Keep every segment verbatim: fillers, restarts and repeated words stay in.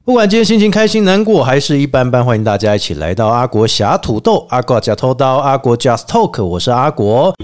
不管今天心情开心难过还是一般般，欢迎大家一起来到阿国侠土豆，阿国假偷刀，阿国 Just Talk， 我是阿国。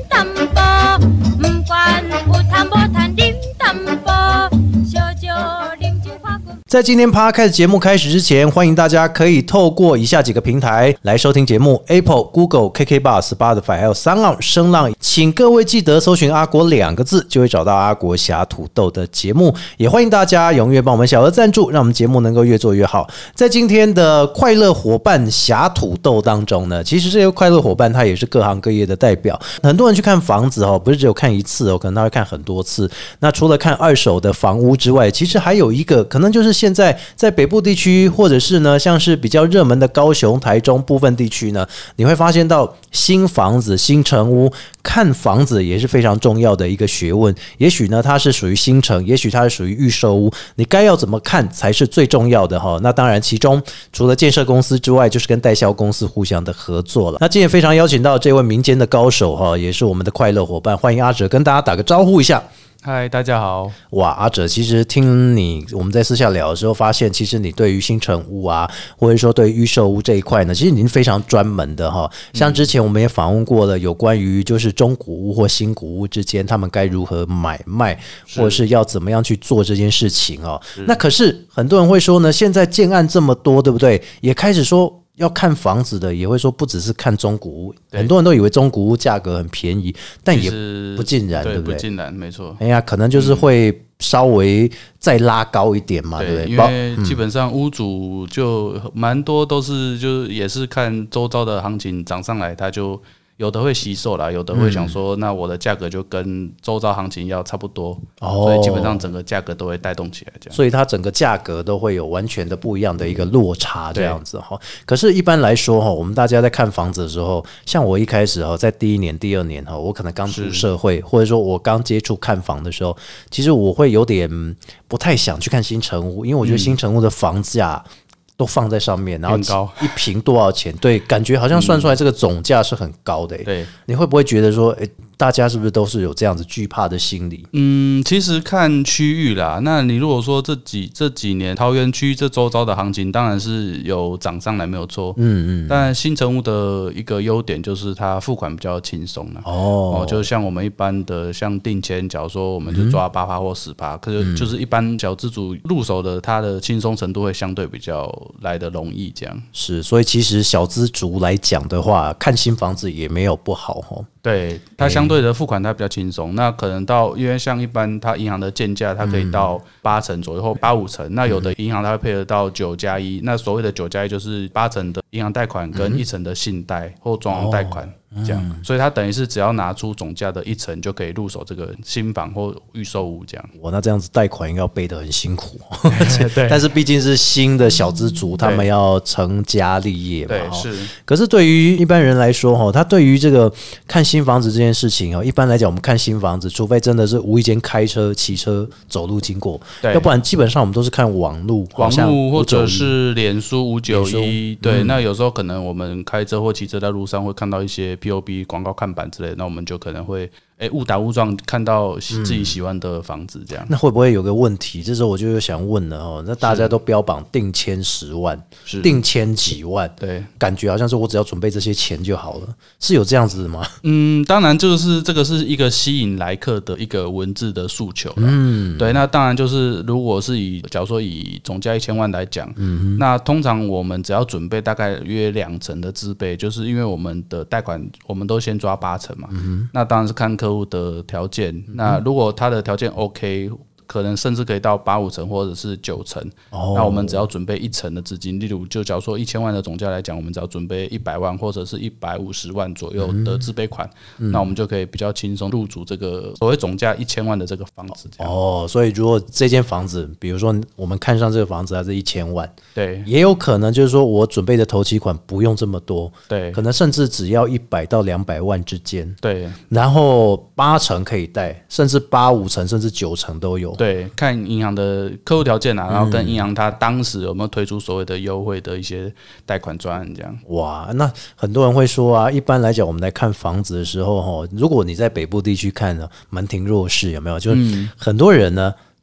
在今天 Podcast 节目开始之前，欢迎大家可以透过以下几个平台来收听节目 Apple、Google、K K B O X、Spotify 还有三浪声浪，请各位记得搜寻阿国两个字，就会找到阿国侠土豆的节目。也欢迎大家踊跃帮我们小额赞助，让我们节目能够越做越好。在今天的快乐伙伴侠土豆当中呢，其实这些快乐伙伴他也是各行各业的代表。很多人去看房子不是只有看一次，可能他会看很多次。那除了看二手的房屋之外，其实还有一个可能就是现在在北部地区，或者是呢像是比较热门的高雄、台中部分地区呢，你会发现到新房子、新成屋看房子也是非常重要的一个学问。也许呢它是属于新城，也许它是属于预售屋，你该要怎么看才是最重要的哈。那当然其中除了建设公司之外，就是跟代销公司互相的合作了。那今天非常邀请到这位民间的高手哈，也是我们的快乐伙伴，欢迎阿哲跟大家打个招呼一下。 嗨，大家好。 哇，阿哲，其实听你我们在私下聊的时候，发现其实你对于新成屋啊，或者说对于预售屋这一块呢，其实你是非常专门的哈。像之前我们也访问过了，有关于就是中古屋或新古屋之间，他们该如何买卖，或者是要怎么样去做这件事情哦。那可是很多人会说呢，现在建案这么多，对不对？也开始说要看房子的也会说不只是看中古屋，很多人都以为中古屋价格很便宜，但也不尽然， 对, 对不对？ 不尽然，没错。 哎呀，可能就是会稍微再拉高一点嘛， 对, 对不对？ 因为基本上屋主就蛮多都是就也是看周遭的行情涨上来，他就有的会惜售啦，有的会想说、嗯、那我的价格就跟周遭行情要差不多、哦、所以基本上整个价格都会带动起来这样， 所以它整个价格都会有完全的不一样的一个落差这样子。可是一般来说我们大家在看房子的时候，像我一开始在第一年第二年我可能刚出社会，或者说我刚接触看房的时候，其实我会有点不太想去看新成屋，因为我觉得新成屋的房价都放在上面，然后一坪多少钱？对，感觉好像算出来这个总价是很高的、欸。对，你会不会觉得说，欸，大家是不是都是有这样子惧怕的心理？ 嗯，其实看区域啦。那你如果说这几这几年桃园区这周遭的行情，当然是有涨上来没有错。嗯嗯。但新成屋的一个优点就是它付款比较轻松啦。哦。哦，就像我们一般的像定签，假如说我们就抓八趴或十趴，可是就是一般小资主入手的，它的轻松程度会相对比较来的容易，这样是，所以其实小资族来讲的话，看新房子也没有不好齁。 对，它相对的付款它比较轻松、欸，那可能到因为像一般它银行的建价，它可以到八成左右或八五成，那有的银行它会配合到九加一，那所谓的九加一就是八成的银行贷款跟一成的信贷或装潢贷款。哦这样、嗯，所以他等于是只要拿出总价的一成就可以入手这个新房或预售屋这样。 哇，那这样子贷款应该要背得很辛苦。对，但是毕竟是新的小资族，他们要成家立业嘛。对，是。可是对于一般人来说，他对于这个看新房子这件事情，一般来讲，我们看新房子，除非真的是无意间开车、骑车、走路经过，要不然基本上我们都是看网路、 网路或者是脸书五九一。对、嗯，那有时候可能我们开车或骑车在路上会看到一些P O B 广告看板之类的，那我们就可能会哎误打误撞看到自己喜欢的房子这样、嗯。那会不会有个问题？这时候我就想问了哦，那大家都标榜定签十万，定签几万，对，感觉好像是我只要准备这些钱就好了，是有这样子的吗？ 嗯，当然就是这个是一个吸引来客的一个文字的诉求。嗯，对，那当然就是如果是以假如说以总价一千万来讲，嗯，那通常我们只要准备大概约两成的自备，就是因为我们的贷款。我们都先抓八成嘛、嗯，那当然是看客户的条件、嗯。那如果他的条件 OK， 可能甚至可以到八五成或者是九成、哦。那我们只要准备一成的资金，例如就假如说一千万的总价来讲，我们只要准备一百万或者是一百五十万左右的自备款、嗯，那我们就可以比较轻松入主这个所谓总价一千万的这个房子。 哦，所以如果这间房子，比如说我们看上这个房子它是一千万， 对， 也有可能就是说我准备的头期款不用这么多，对，可能甚至只要一百到两百万之间，对，然后八成可以贷，甚至八五成甚至九成都有。 对，看银行的客户条件啊，然后跟银行他当时有没有推出所谓的优惠的一些贷款专案这样。 哇，那很多人会说啊，一般来讲我们来看房子的时候，如果你在北部地区看呢，门庭若市有没有？就是很多人呢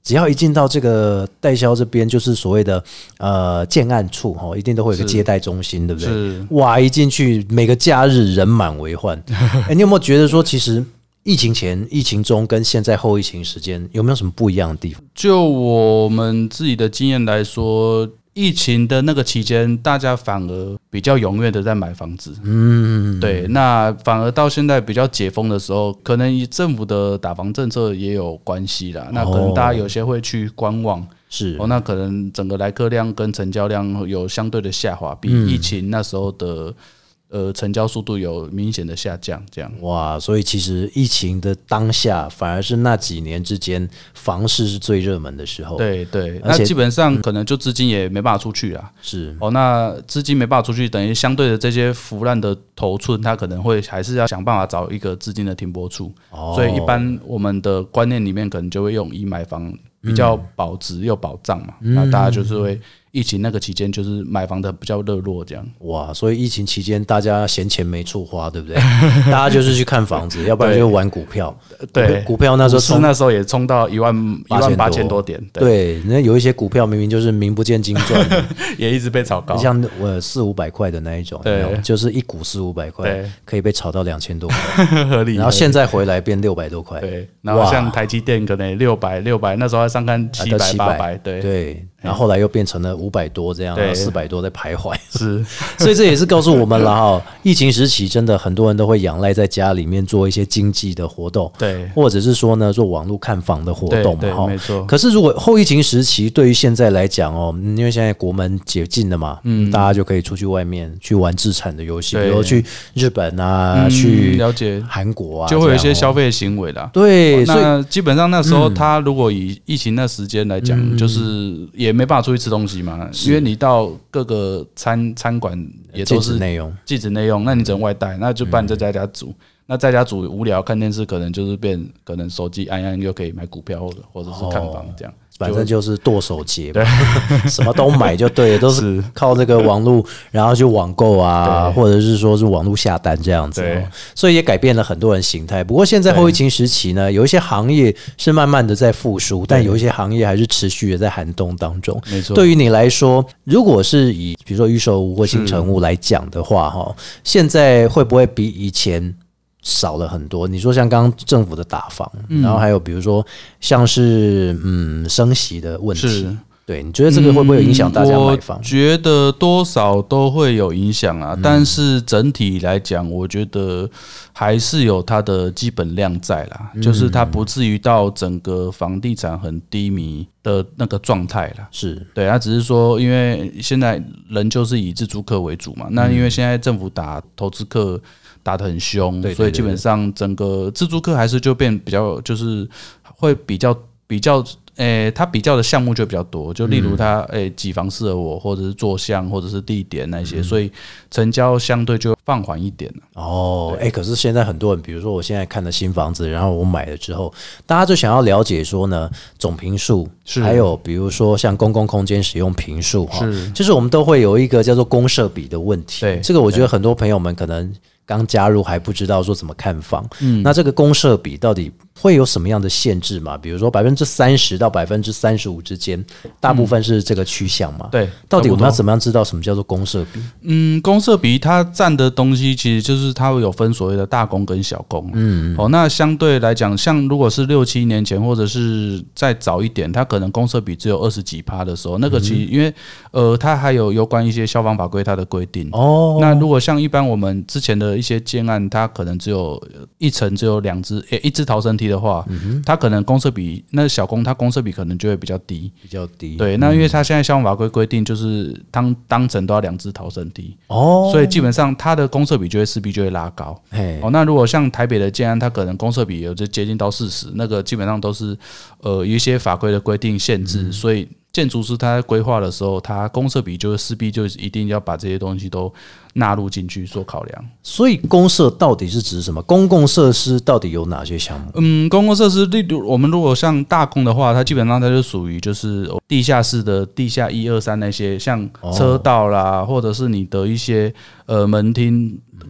只要一进到这个代销这边，就是所谓的呃建案处哈，一定都会有个接待中心，对不对？ 是哇，一进去每个假日人满为患。哎，你有没有觉得说，其实疫情前、疫情中跟现在后疫情时间有没有什么不一样的地方？ 就我们自己的经验来说，疫情的那个期间，大家反而比较踊跃的在买房子。嗯，对。那反而到现在比较解封的时候，可能政府的打房政策也有关系啦。那可能大家有些会去观望。 是哦，那可能整个来客量跟成交量有相对的下滑，比疫情那时候的呃成交速度有明显的下降，这样。 哇，所以其实疫情的当下，反而是那几年之间房市是最热门的时候。 对对，那基本上可能就资金也没办法出去啦。 是哦，那资金没办法出去，等于相对的这些腐烂的头寸，它可能会还是要想办法找一个资金的停泊处。哦，所以一般我们的观念里面可能就会用以买房比较保值又保障嘛，嗯、那大家就是会疫情那个期间就是买房的比较热络这样。 哇，所以疫情期间大家闲钱没处花，对不对？大家就是去看房子，要不然就玩股票。 对， 股票那时候冲那时候也冲到一万一万八千多点。 对，那有一些股票明明就是名不见经传的， 也一直被炒高， 像我四五百块的那一种，对，就是一股四五百块，可以被炒到两千多块， 合理。 然后现在回来变六百多块， 对。然后像台积电可能六百六百，那时候上看七百八百，对对。然后后来又变成了五百多这样，然后四百多在徘徊， 是， 所以这也是告诉我们了哈，疫情时期真的很多人都会仰赖在家里面做一些经济的活动， 对， 或者是说呢做网络看房的活动嘛， 哈，没错。 可是如果后疫情时期对于现在来讲哦，因为现在国门解禁了嘛，嗯，大家就可以出去外面去玩自产的游戏，比如去日本啊，嗯、去了解韩国啊， 就会有一些消费行为啦。 对，所以那基本上那时候他如果以疫情那时间来讲，嗯、就是也没办法出去吃东西嘛，因为你到各个餐餐馆也都是内容， 禁止内用，那你只能外带，那就不然在家家煮。嗯、那在家煮无聊看电视，可能就是变，可能手机按按又可以买股票或者或者是看房这样。哦， 反正就是剁手节嘛，什么都买就对了，都是靠这个网络，然后去网购啊，或者是说是网络下单这样子，哦，所以也改变了很多人形态。不过现在后疫情时期呢，有一些行业是慢慢的在复苏，但有一些行业还是持续的在寒冬当中。 没错， 对于你来说，如果是以比如说预售屋或新成屋来讲的话，哈，现在会不会比以前少了很多？你说像刚刚政府的打房，嗯、然后还有比如说像是嗯升息的问题，对，你觉得这个会不会有影响大家买房？ 我觉得多少都会有影响啊，嗯、但是整体来讲，我觉得还是有它的基本量在啦，嗯、就是它不至于到整个房地产很低迷的那个状态啦。 是对，它只是说，因为现在人就是以自住客为主嘛，那因为现在政府打投资客打得很凶，对对对对，所以基本上整个自住客还是就变比较，就是会比较比较，诶、欸，它比较的项目就比较多，就例如它诶几房适合我，或者是坐向，或者是地点那些，嗯、所以成交相对就放缓一点了。 哦，哎、欸，可是现在很多人，比如说我现在看了新房子，然后我买了之后，大家就想要了解说呢，总坪数，还有比如说像公共空间使用坪数哈，就是我们都会有一个叫做公设比的问题。对，这个我觉得很多朋友们可能刚加入还不知道说怎么看房，嗯，那这个公设比到底会有什么样的限制吗？比如说百分之三十到百分之三十五之间，大部分是这个趋向嘛？对，到底我们要怎么样知道什么叫做公设比？ 嗯，公设比它占的东西其实就是它会有分所谓的大公跟小公，嗯，哦，那相对来讲，像如果是六七年前或者是再早一点，它可能公设比只有二十几趴的时候，那个其实因为呃，它还有有关一些消防法规它的规定哦。那如果像一般我们之前的一些建案，它可能只有一层只有两只，诶、欸，一只逃生梯的话，嗯、它可能公设比那小公它公设比可能就会比较低， 比较低。 对，那因为它现在消防法规规定就是当当层都要两只逃生梯哦，所以基本上它的公设比就会势必就会拉高。哦，那如果像台北的建案，它可能公设比有就接近到四十，那个基本上都是呃有一些法规的规定限制，嗯、所以建筑师他在规划的时候，他公设比就势必就一定要把这些东西都纳入进去做考量。 所以公设到底是指什么？公共设施到底有哪些项目？ 嗯，公共设施，例如我们如果像大公的话，它基本上它就属于就是地下室的地下一二三那些，像车道啦，哦、或者是你的一些呃门厅。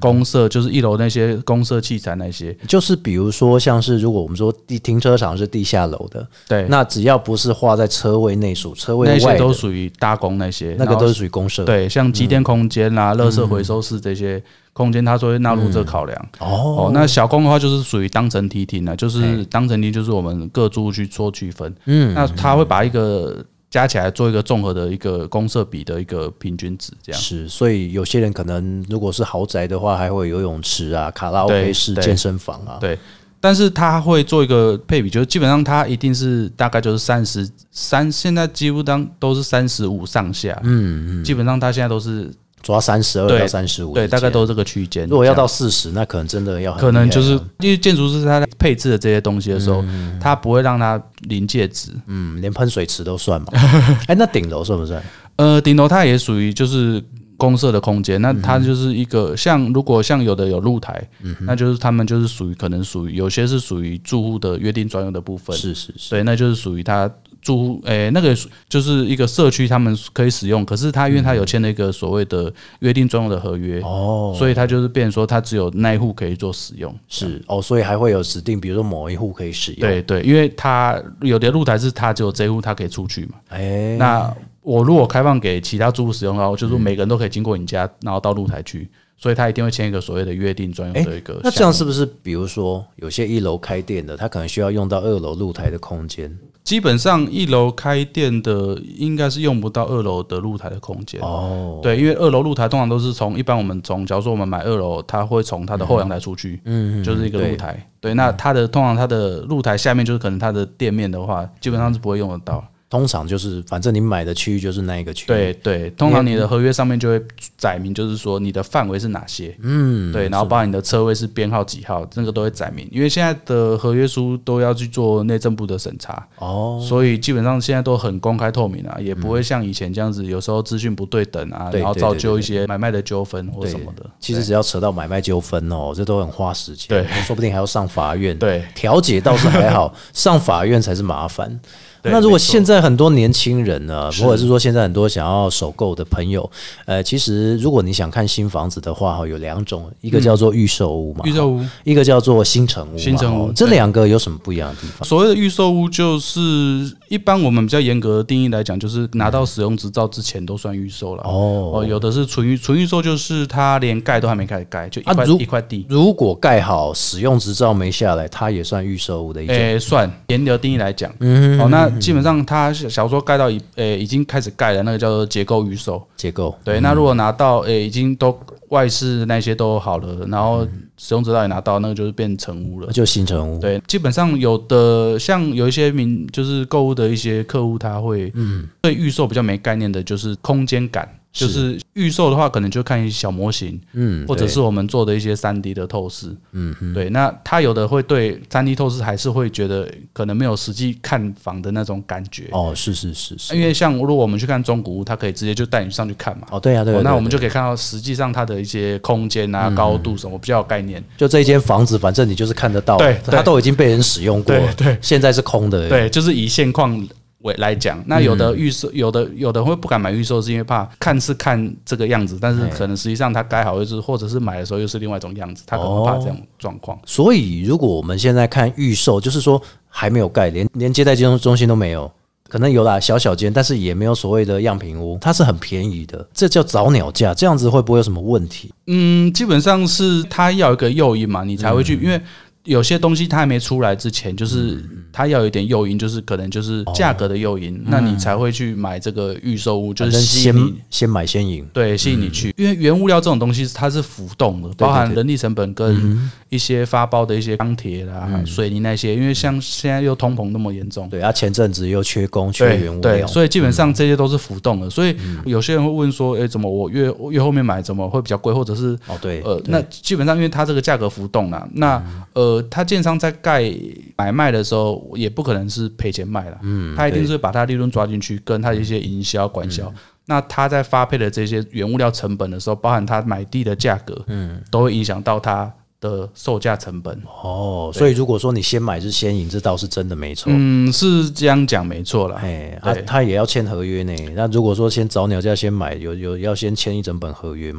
公社就是一楼那些公社器材那些， 就是比如说像是如果我们说地停车场是地下楼的， 对， 那只要不是画在车位内属车位外的， 那些都属于大公那些， 那个都是属于公社。 对，像机电空间啦、垃圾回收室这些空间，它都会纳入这考量。 嗯、哦, 哦，那小公的话就是属于当成梯厅了，就是当成梯就是我们各住户去做区分。嗯，那他会把一个加起来做一个综合的一个公设比的一个平均值，这样是。所以有些人可能如果是豪宅的话，还会有游泳池啊、卡拉 OK 室、健身房啊。 对，但是他会做一个配比，就是基本上他一定是大概就是三十三，现在几乎当都是三十五上下。嗯嗯，基本上他现在都是。 抓三十二到三十五， 对，大概都是这个区间。 如果要到四十，那可能真的要很可能就是因为建筑师他在配置的这些东西的时候，嗯、他不会让它临界值， 嗯，连喷水池都算嘛。哎、欸，那顶楼算不算？ 呃，顶楼它也属于就是公设的空间，那它就是一个像如果像有的有露台，嗯、那就是他们就是属于可能属于有些是属于住户的约定专用的部分， 是是是， 对，那就是属于他。住户诶、欸，那个就是一个社区，他们可以使用，可是他因为他有签了一个所谓的约定专用的合约，哦，所以他就是变成说他只有那一户可以做使用， 是哦，所以还会有指定，比如说某一户可以使用， 对对，因为他有的露台是他只有这一户他可以出去嘛，哎、欸，那我如果开放给其他住户使用的话，就是每个人都可以经过你家，然后到露台去。所以他一定会签一个所谓的约定专用的一个、欸。 那这样是不是，比如说有些一楼开店的，他可能需要用到二楼露台的空间？ 基本上一楼开店的应该是用不到二楼的露台的空间。哦，对，因为二楼露台通常都是从一般我们从，假如说我们买二楼，他会从他的后阳台出去，嗯，就是一个露台。对，对，那它的通常它的露台下面就是可能它的店面的话，基本上是不会用得到。 通常就是反正你买的区域就是那一个区域， 对对，通常你的合约上面就会载明，就是说你的范围是哪些，嗯，对，然后包含你的车位是编号几号，这个都会载明，因为现在的合约书都要去做内政部的审查，哦，所以基本上现在都很公开透明啊，也不会像以前这样子，有时候资讯不对等啊，然后造就一些买卖的纠纷或什么的。 其实只要扯到买卖纠纷哦，这都很花时间， 对， 说不定还要上法院， 对， 调解倒是还好，上法院才是麻烦。那如果现在很多年轻人呢，或者是说现在很多想要首购的朋友，呃，其实如果你想看新房子的话，有两种，一个叫做预售屋嘛， 预售屋， 一个叫做新成屋， 新成屋， 这两个有什么不一样的地方？ 所谓的预售屋，就是一般我们比较严格的定义来讲，就是拿到使用执照之前都算预售了。哦，有的是纯预纯预售，就是它连盖都还没开始盖，就一块、啊、一块地。 如果盖好，使用执照没下来，它也算预售屋的一种。 诶、欸，算严格定义来讲，嗯，哦，那基本上它小说盖到一诶、欸、已经开始盖了，那个叫做结构预售。 结构对，那如果拿到诶、欸、已经都外饰那些都好了，然后使用执照也拿到，那个就是变成屋了， 就新成屋。 对，基本上有的像有一些民就是购物的一些客户，他会嗯对预售比较没概念的，就是空间感。就是预售的话，可能就看一些小模型，嗯，或者是我们做的一些 三 D 的透视，嗯，对。那他有的会对 三 D 透视还是会觉得可能没有实际看房的那种感觉。 哦，是是是是。 因为像如果我们去看中古屋，他可以直接就带你上去看嘛。 哦，对啊，对啊。 那我们就可以看到实际上它的一些空间啊、高度什么比较有概念。 就这一间房子，反正你就是看得到， 对， 它都已经被人使用过了， 对，对， 现在是空的。 对，就是以现况来讲，那有的预售，有的有的会不敢买预售，是因为怕看是看这个样子，但是可能实际上它盖好又是，或者是买的时候又是另外一种样子，他可能怕这种状况。 所以如果我们现在看预售，就是说还没有盖，连连接待金融中心都没有，可能有啦小小间，但是也没有所谓的样品屋，它是很便宜的，这叫早鸟价，这样子会不会有什么问题？ 嗯，基本上是它要有一个诱因嘛，你才会去，嗯、因为。有些东西它还没出来之前，就是它要有一点诱因，就是可能就是价格的诱因，哦、那你才会去买这个预售屋，就是吸引你先先买先赢， 对，吸引你去。嗯、因为原物料这种东西它是浮动的，包含人力成本跟一些发包的一些钢铁啦、嗯、水泥那些。因为像现在又通膨那么严重， 对啊，前阵子又缺工、缺原物料， 对，所以基本上这些都是浮动的。所以有些人会问说，哎、欸，怎么我越越后面买怎么会比较贵，或者是哦对， 呃，那基本上因为它这个价格浮动啦，那呃。呃，他建商在盖买卖的时候，也不可能是赔钱卖了，嗯，他一定是把他利润抓进去，跟他一些营销管销。嗯、那他在发配的这些原物料成本的时候，包含他买地的价格，嗯，都会影响到他的售价成本。 哦，所以如果说你先买是先赢，这倒是真的没错。 嗯，是这样讲没错啦。 哎，啊，他也要签合约呢。那如果说先早鸟价先买，有有要先签一整本合约吗？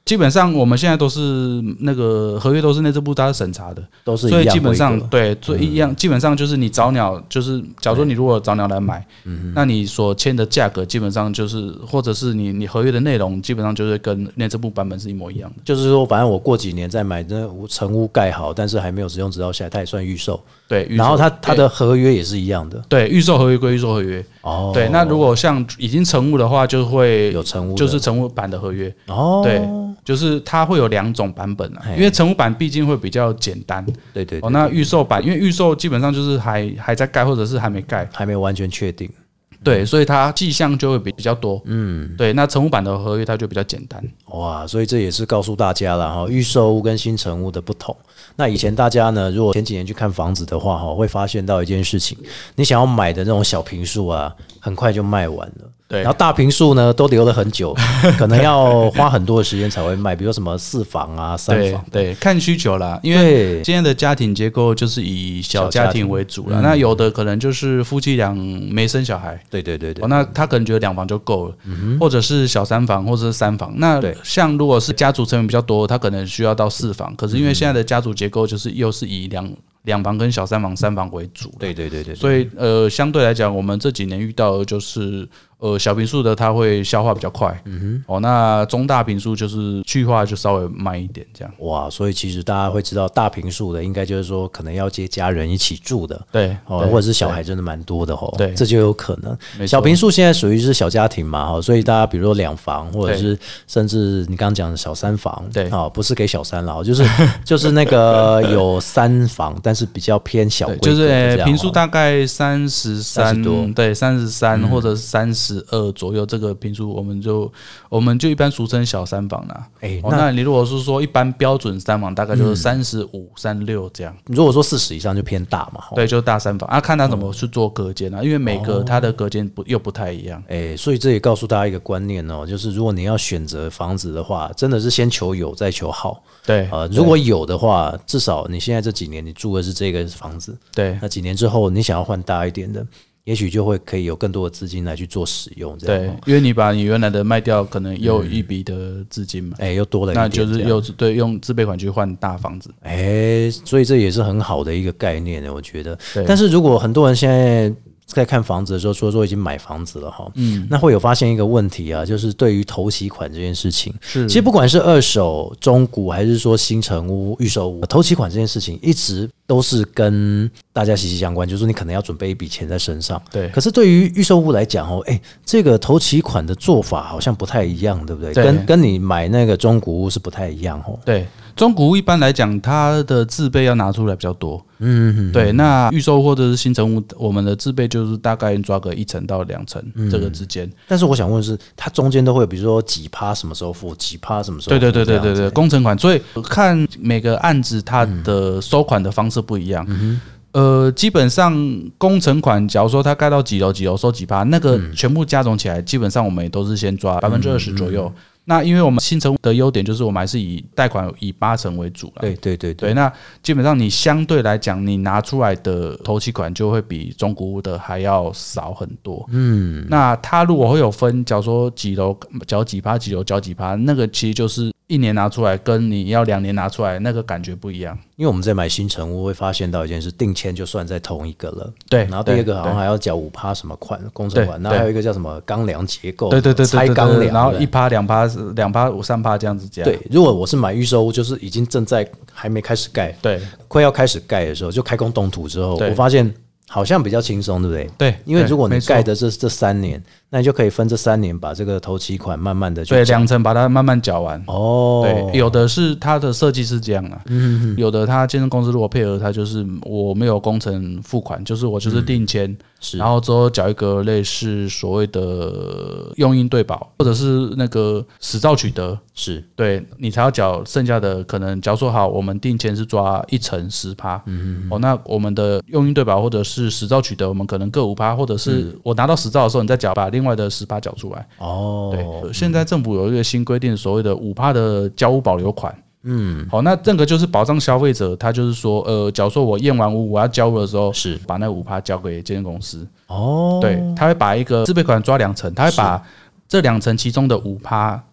基本上我们现在都是那个合约都是内政部他审查的， 都是一样， 所以基本上对，所以一样，嗯、基本上就是你早鸟，就是假如说你如果早鸟来买，嗯、那你所签的价格基本上就是，或者是你你合约的内容基本上就是跟内政部版本是一模一样的。 就是说，反正我过几年再买那成屋盖好，但是还没有使用执照下来，它也算预售。 对， 然后它它的合约也是一样的。 对，预售合约归预售合约。哦，对，那如果像已经成屋的话，就会有成屋， 就是成屋版的合约。 哦， 对，就是它会有两种版本啊，因为成屋版毕竟会比较简单。 对 对, 对。 哦，那预售版，因为预售基本上就是还还在盖，或者是还没盖， 还没完全确定。 对，所以它迹象就会比比较多。嗯，对，那成屋版的合约它就比较简单。 哇，所以这也是告诉大家了哈，预售屋跟新成屋的不同。那以前大家呢，如果前几年去看房子的话，哈，会发现到一件事情，你想要买的那种小坪数啊，很快就卖完了。对，然后大坪数呢都留了很久，可能要花很多的时间才会卖，比如什么四房啊、三房， 对，对，看需求啦。因为今天的家庭结构就是以小家庭为主啦，那有的可能就是夫妻俩没生小孩， 对对对对， 哦，那他可能觉得两房就够了，嗯、或者是小三房，或者是三房。那像如果是家族成员比较多，他可能需要到四房，可是因为现在的家族结构就是又是以两。两房跟小三房、三房为主， 对对对 对, 对， 所以呃，相对来讲，我们这几年遇到的就是呃小坪数的它会消化比较快，嗯哼，哦，那中大坪数就是去化就稍微慢一点这样。 哇，所以其实大家会知道大坪数的应该就是说可能要接家人一起住的， 对， 哦，或者是小孩真的蛮多的哦， 对， 这就有可能。小坪数现在属于是小家庭嘛，哈，所以大家比如说两房，或者是甚至你刚刚讲的小三房， 对， 啊，不是给小三了，就是就是那个有三房。但是比较偏小规格， 就是坪数大概三十三多，对，三十三或者三十二左右，这个坪数我们就我们就一般俗称小三房啦。哎、欸哦，那你如果是说一般标准三房，大概就是三十五、三六这样。 如果说四十以上就偏大嘛， 对，就是大三房啊，看他怎么去做隔间啊，因为每个它的隔间不又不太一样。 哎、欸，所以这也告诉大家一个观念哦，就是如果你要选择房子的话，真的是先求有再求好。 对， 呃，如果有的话，至少你现在这几年你住的是这个房子， 对， 那几年之后你想要换大一点的，也许就会可以有更多的资金来去做使用，这样。 对，因为你把你原来的卖掉，可能又有一笔的资金嘛， 哎、嗯欸，又多了一点， 那就是又对用自备款去换大房子， 哎、欸，所以这也是很好的一个概念呢，我觉得。但是如果很多人现在在看房子的时候，说说已经买房子了哈，嗯，那会有发现一个问题啊，就是对于头期款这件事情， 是其实不管是二手、中古还是说新成屋、预售屋，头期款这件事情一直都是跟大家息息相关，就是说你可能要准备一笔钱在身上， 对。 可是对于预售屋来讲哦，哎、欸，这个头期款的做法好像不太一样，对不对？ 对， 跟跟你买那个中古屋是不太一样哦。 对，中古屋一般来讲，它的自备要拿出来比较多。嗯，对，那预售或者是新成屋，我们的自备就是大概抓个一成到两成这个之间、嗯。 但是我想问的是，它中间都会有，比如说几趴什么时候付，几趴什么时候付？ 对对对对对对，工程款，所以看每个案子它的收款的方式不一样。嗯呃，基本上工程款，假如说它盖到几楼几楼收几趴，那个全部加总起来，基本上我们也都是先抓百分之二十左右。嗯嗯嗯，那因为我们新成屋的优点就是我们还是以贷款以八成为主了， 对对对对, 对。那基本上你相对来讲，你拿出来的头期款就会比中古屋的还要少很多。嗯，那它如果会有分，假如说几楼缴几趴，几楼缴几趴，那个其实就是一年拿出来跟你要两年拿出来，那个感觉不一样。 因为我们在买新成屋会发现到一件事，定签就算在同一个了， 对。 然后第二个好像还要缴五趴什么款工程款，然后还有一个叫什么钢梁结构， 对对对， 拆钢梁， 然后一趴两趴两趴五三趴这样子加。 对，如果我是买预售屋，就是已经正在还没开始盖， 对， 快要开始盖的时候，就开工动土之后，我发现好像比较轻松，对不对？ 对， 因为如果你盖的这这三年，那你就可以分这三年把这个头期款慢慢的去对两层把它慢慢缴完。 哦， 对，有的是它的设计是这样的，嗯，有的它建设公司如果配合它，就是我没有工程付款，就是我就是定签。嗯，然后之后缴一个类似所谓的用印对保，或者是那个实照取得， 是对你才要缴剩下的可能。假如说好，我们定签是抓一成十趴，嗯，哦，那我们的用印对保或者是实照取得，我们可能各五趴，或者是我拿到实照的时候，你再缴把另外的十趴缴出来。 哦， 对，现在政府有一个新规定，所谓的五趴的交屋保留款。嗯，好，那这个就是保障消费者，他就是说，呃，假如说我验完屋，我要交屋的时候， 是把那五趴交给建设公司。 哦， 对，他会把一个自备款抓两成，他会把这两成其中的五趴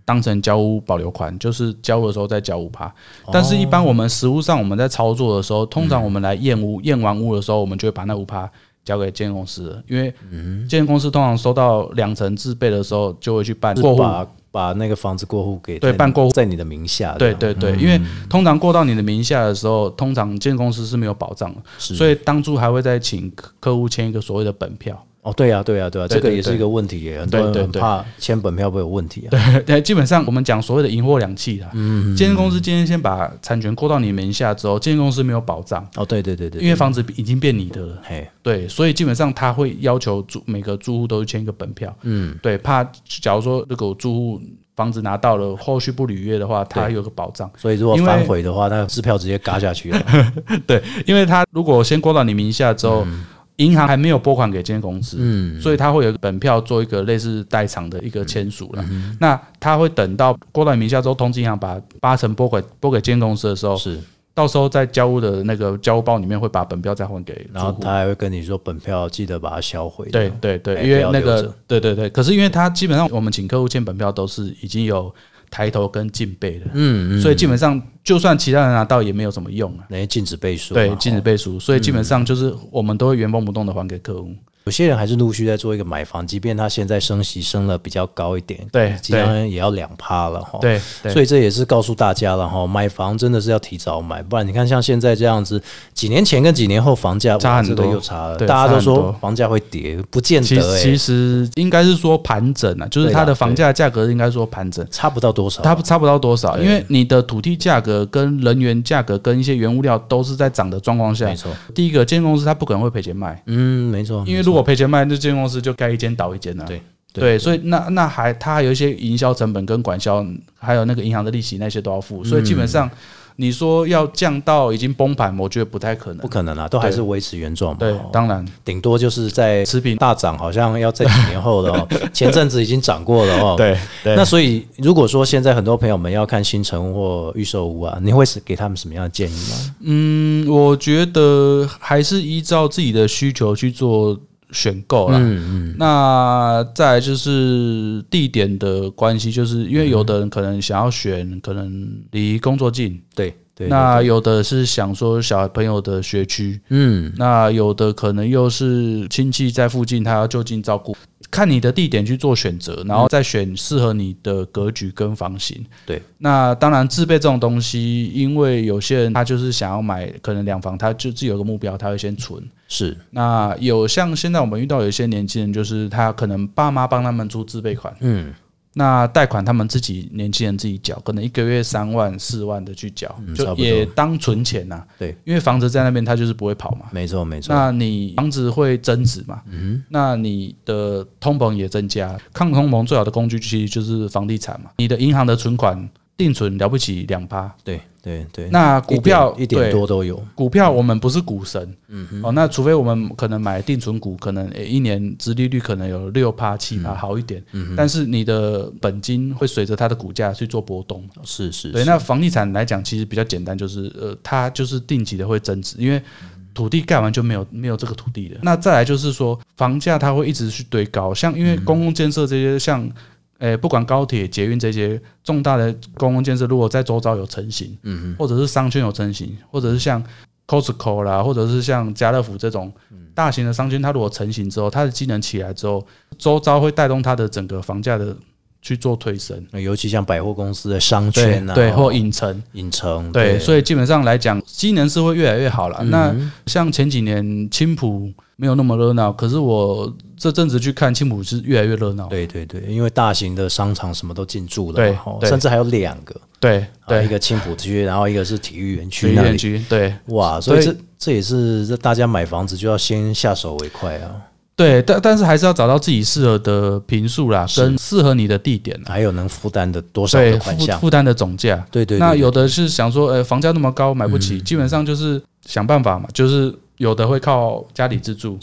当成交屋保留款，就是交的时候再交 百分之五。但是一般我们实务上我们在操作的时候，通常我们来验屋，验完屋的时候，我们就会把那 百分之五交给建公司了，因为建公司通常收到两成自备的时候，就会去办过户， 把把那个房子过户给对办过户在你的名下。 对对对，嗯、因为通常过到你的名下的时候，通常建公司是没有保障的，所以当初还会再请客户签一个所谓的本票。 哦，对啊，对啊，对啊，这个也是一个问题耶，很多人很怕签本票会有问题啊。 对对，基本上我们讲所谓的银货两讫啦，嗯，建公司今天先把产权过到你名下之后，建公司没有保障。 哦，对对对对， 因为房子已经变你的了， 嘿， 对，所以基本上他会要求住每个住户都签一个本票，嗯，对，怕假如说如果住户房子拿到了，后续不履约的话，他有个保障。 所以如果反悔的话，那支票直接嘎下去了。 对，因为他如果先过到你名下之后。嗯银行还没有拨款给建公司，嗯，所以他会有本票做一个类似代偿的一个签署了。嗯、那他会等到过到你名下之后，通知银行把八成拨给拨给建公司的时候， 是到时候在交屋的那个交屋包里面会把本票再还给住户， 然后他还会跟你说本票记得把它销毁。 对对对，因为那个对对对，可是因为他基本上我们请客户签本票都是已经有抬头跟进背的，嗯，所以基本上就算其他人拿到也没有什么用啊， 那些禁止背书， 对，禁止背书，所以基本上就是我们都会原封不动的还给客户。 有些人还是陆续在做一个买房，即便他现在升息升了比较高一点， 对， 基本上也要两趴了哈。 对， 所以这也是告诉大家了哈，买房真的是要提早买，不然你看像现在这样子，几年前跟几年后房价差很多， 又差了。大家都说房价会跌，不见得、欸。 其实应该是说盘整啊，就是它的房价价格应该说盘整， 差不到多少， 它差不到多少，因为你的土地价格跟人员价格跟一些原物料都是在涨的状况下， 没错。 第一个，建公司它不可能会赔钱卖， 嗯，没错， 因为如果赔钱卖，那建公司就盖一间倒一间了、啊。 对对, 对，所以那那还它还有一些营销成本跟管销，还有那个银行的利息那些都要付，所以基本上你说要降到已经崩盘，我觉得不太可能， 不可能啊，都还是维持原状嘛。 对，当然， 顶多就是在持平大涨，好像要在几年后了哦。前阵子已经涨过了哦。 对对。 那所以如果说现在很多朋友们要看新成或预售屋啊，你会给他们什么样的建议吗？ 嗯，我觉得还是依照自己的需求去做选购啦，嗯嗯，那再来就是地点的关系，就是因为有的人可能想要选可能离工作近， 对对， 那有的是想说小朋友的学区，嗯，那有的可能又是亲戚在附近，他要就近照顾，看你的地点去做选择，然后再选适合你的格局跟房型。 对， 那当然自备这种东西，因为有些人他就是想要买可能两房，他就自己有个目标，他会先存。 是， 那有像现在我们遇到有些年轻人，就是他可能爸妈帮他们出自备款，嗯，那贷款他们自己年轻人自己缴，可能一个月三万四万的去缴，嗯、就也当存钱呐、啊。 对， 因为房子在那边，它就是不会跑嘛。 没错没错。 那你房子会增值嘛？嗯，那你的通膨也增加，抗通膨最好的工具其实就是房地产嘛。你的银行的存款定存了不起两趴， 对对对。 那股票一点多都有。 股票我们不是股神，嗯哦，那除非我们可能买定存股，可能、欸、一年殖利率可能有六趴七趴好一点，嗯，但是你的本金会随着它的股价去做波动。 是是。 对，那房地产来讲，其实比较简单，就是呃，它就是定期的会增值，因为土地盖完就没有没有这个土地了。那再来就是说，房价它会一直去堆高，像因为公共建设这些像。诶，不管高铁、捷运这些重大的公共建设，如果在周遭有成型，嗯，或者是商圈有成型，或者是像 Costco 啦，或者是像家乐福这种大型的商圈，它如果成型之后，它的机能起来之后，周遭会带动它的整个房价的去做推升。 尤其像百货公司的商圈啊， 对，对或影城， 影城， 对，对，所以基本上来讲，机能是会越来越好了。嗯、那像前几年青埔没有那么热闹，可是我这阵子去看青埔是越来越热闹。 对对对，因为大型的商场什么都进驻了， 对， 对，甚至还有两个， 对对， 一个青埔区，然后一个是体育园区， 体育园区，对， 哇，所以这这也是这大家买房子就要先下手为快啊。 对，但但是还是要找到自己适合的坪数啦，跟适合你的地点， 还有能负担的多少的款项， 负担的总价。 对 对, 对, 对， 那有的是想说，呃，房价那么高买不起，嗯、基本上就是想办法嘛，就是有的会靠家里自住， 是，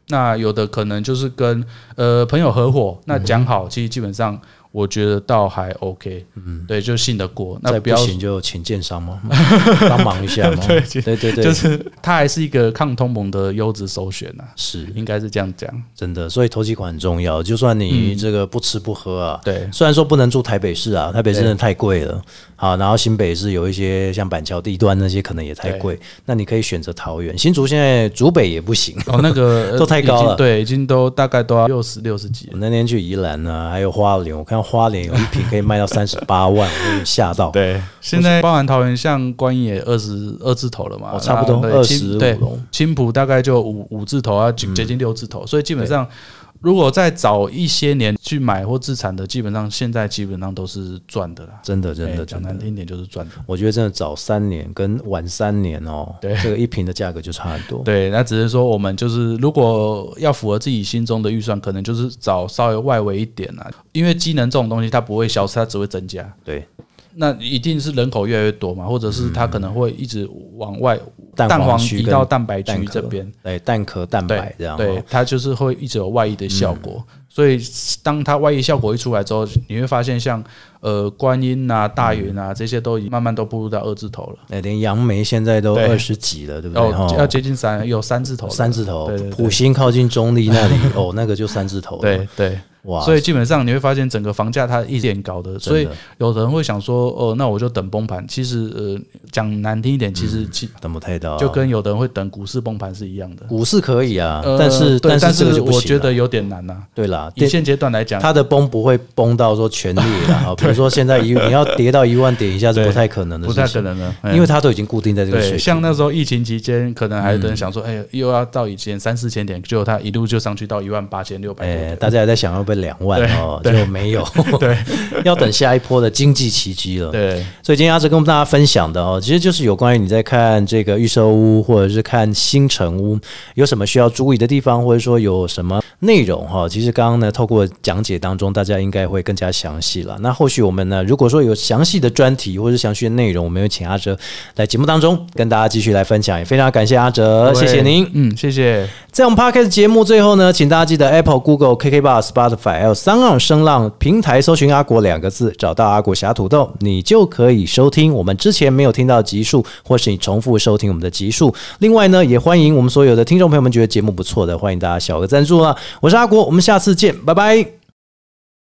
那有的可能就是跟呃朋友合伙，那讲好，其实基本上我觉得倒还 OK， 嗯，对，就信得过。那不要再不行就请建商吗？帮忙一下吗？对对对对， 就是它还是一个抗通膨的优质首选啊， 是应该是这样讲， 真的。所以投期款很重要，就算你这个不吃不喝啊， 嗯、对， 虽然说不能住台北市啊，台北市真的太贵了。好，然后新北市有一些像板桥地段那些可能也太贵，那你可以选择桃园、新竹，现在竹北也不行哦，那个都太高了， 对，已经都大概都要六十六十几。 我那天去宜兰呢，还有花莲，我看到花莲有一瓶可以卖到三十八万，我有点吓到。 对，现在包含桃园，像观音也二十二字头了嘛， 哦、差不多二十五对，青埔大概就五五字头，要接近六字头，嗯、所以基本上。如果再早一些年去买或自产的，基本上现在基本上都是赚的啦。 真的，真的， 讲难听一点就是赚的。 我觉得真的早三年跟晚三年哦，对，这个一瓶的价格就差很多。 对，那只是说我们就是如果要符合自己心中的预算，可能就是找稍微外围一点啦。因为机能这种东西它不会消失，它只会增加。 对。 那一定是人口越来越多嘛，或者是它可能会一直往外蛋黄移到蛋白区这边， 对，蛋壳蛋白这样， 对，它就是会一直有外溢的效果。嗯、所以当它外溢效果一出来之后，你会发现像呃观音啊、大元啊这些都已经慢慢都步入到二字头了。 哎，连杨梅现在都二十几了，对不对？ 哦，要接近三，有三字头， 三字头。埔心靠近中立那里，哦，那个就三字头了。 对对。哇，所以基本上你会发现整个房价它一直变高的，所以有人会想说，哦，那我就等崩盘。其实，呃，讲难听一点，其实其、 嗯、等不太到、啊， 就跟有的人会等股市崩盘是一样的。 股市可以啊， 呃、 但是但是这个就不行了， 我觉得有点难呐、啊。 对啦， 以现阶段来讲， 它的崩不会崩到说全裂啦。比如说现在一你要跌到一万点一下是不太可能的事情， 不太可能的， 因为它都已经固定在这个水平。 像那时候疫情期间，可能还有人想说，哎、嗯，又要到以前三四千点，结果它一路就上去到一万八千六百点， 大家也在想要不要两万哦。就没有， 对， 要等下一波的经济奇迹了。 对， 所以今天阿哲跟大家分享的哦，其实就是有关于你在看这个预售屋或者是看新成屋有什么需要注意的地方，或者说有什么内容哈。其实刚刚呢，透过讲解当中，大家应该会更加详细了。那后续我们呢，如果说有详细的专题或者详细的内容，我们会请阿哲来节目当中跟大家继续来分享。也非常感谢阿哲，谢谢您。 嗯，谢谢。 在我们 Podcast 节目最后呢，请大家记得 Apple、Google、K K B O X、Spotify 还有三浪声浪平台搜寻阿国两个字，找到阿国侠土豆，你就可以收听我们之前没有听到的集数，或是你重复收听我们的集数。另外呢，也欢迎我们所有的听众朋友们觉得节目不错的，欢迎大家小额赞助啦。我是阿国，我们下次见，拜拜。